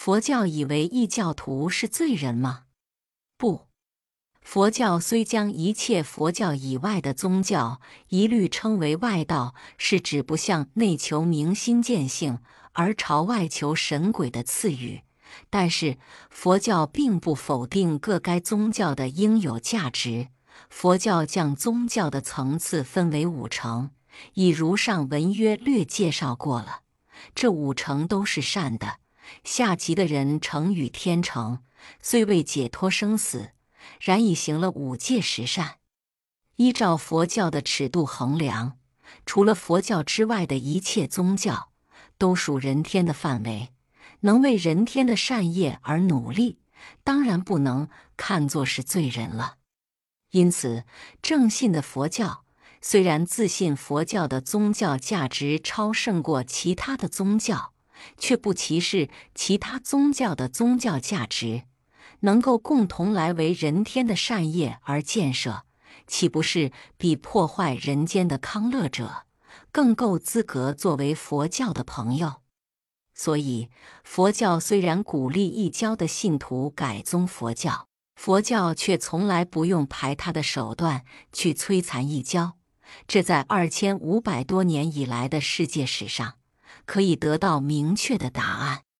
佛教以为异教徒是罪人吗？不，佛教虽将一切佛教以外的宗教一律称为外道，是指不向内求明心见性，而朝外求神鬼的赐予。但是佛教并不否定各该宗教的应有价值。佛教将宗教的层次分为五层，已如上文约略介绍过了。这五层都是善的。下级的人成与天成，虽未解脱生死，然已行了五戒十善。依照佛教的尺度衡量，除了佛教之外的一切宗教，都属人天的范围。能为人天的善业而努力，当然不能看作是罪人了。因此，正信的佛教虽然自信佛教的宗教价值超胜过其他的宗教，却不歧视其他宗教的宗教价值，能够共同来为人天的善业而建设，岂不是比破坏人间的康乐者更够资格作为佛教的朋友？所以，佛教虽然鼓励异教的信徒改宗佛教，佛教却从来不用排他的手段去摧残异教。这在2500多年以来的世界史上，可以得到明确的答案。